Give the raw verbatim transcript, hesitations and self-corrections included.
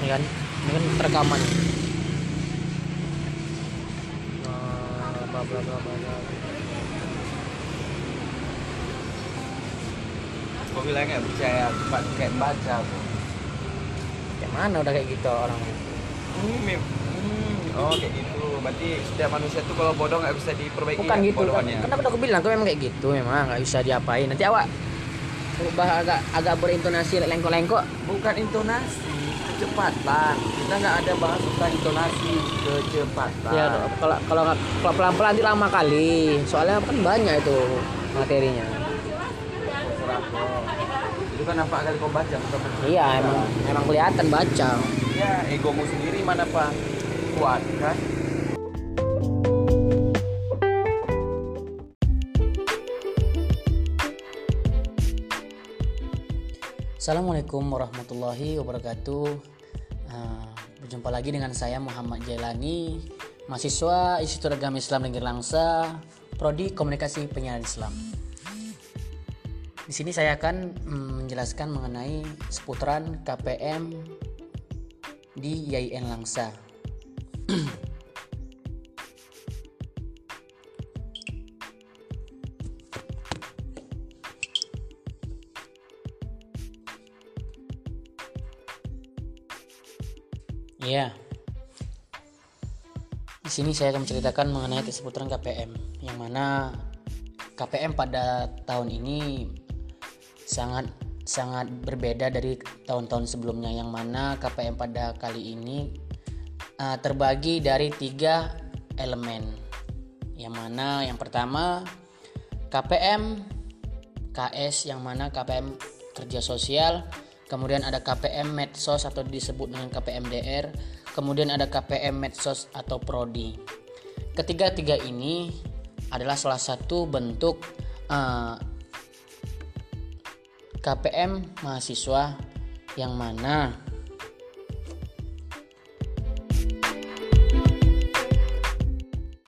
kan, ini kan rekaman. Nah, bla bla bla bla. Kok bilang nggak percaya, cuma kayak baca. Kayak mana udah kayak gitu orangnya? Hmm, hmm, oh kayak gitu. Berarti setiap manusia tuh kalau bodoh nggak bisa diperbaiki. Bukan ya, gitu kan, bodohannya. kan aku udah bilang tuh memang kayak gitu, memang nggak bisa diapain. Nanti awak berubah agak agak berintonasi lengko-lengko. Bukan intonasi, kecepatan. Kita nggak ada bahas tentang intonasi, kecepatan. Ya kalau kalau nggak kalau pelan-pelan nanti lama kali. Soalnya kan banyak itu materinya. Itu kan nampak kali kau baca, bukan benar. Iya, emang emang kelihatan baca. Ya, egomu sendiri mana pak kuat kan? Assalamualaikum warahmatullahi wabarakatuh. Uh, berjumpa lagi dengan saya Muhammad Jailani, mahasiswa Institut Agama Islam Negeri Langsa, Prodi Komunikasi Penyiaran Islam. Di sini saya akan mm, menjelaskan mengenai seputaran K P M di Y I N Langsa. Ya, di sini saya akan menceritakan mengenai seputaran K P M, yang mana K P M pada tahun ini sangat sangat berbeda dari tahun-tahun sebelumnya, yang mana K P M pada kali ini uh, terbagi dari tiga elemen, yang mana yang pertama K P M K S, yang mana K P M kerja sosial, kemudian ada K P M medsos atau disebut dengan K P M D R, kemudian ada K P M medsos atau prodi. Ketiga-tiga ini adalah salah satu bentuk uh, K P M mahasiswa, yang mana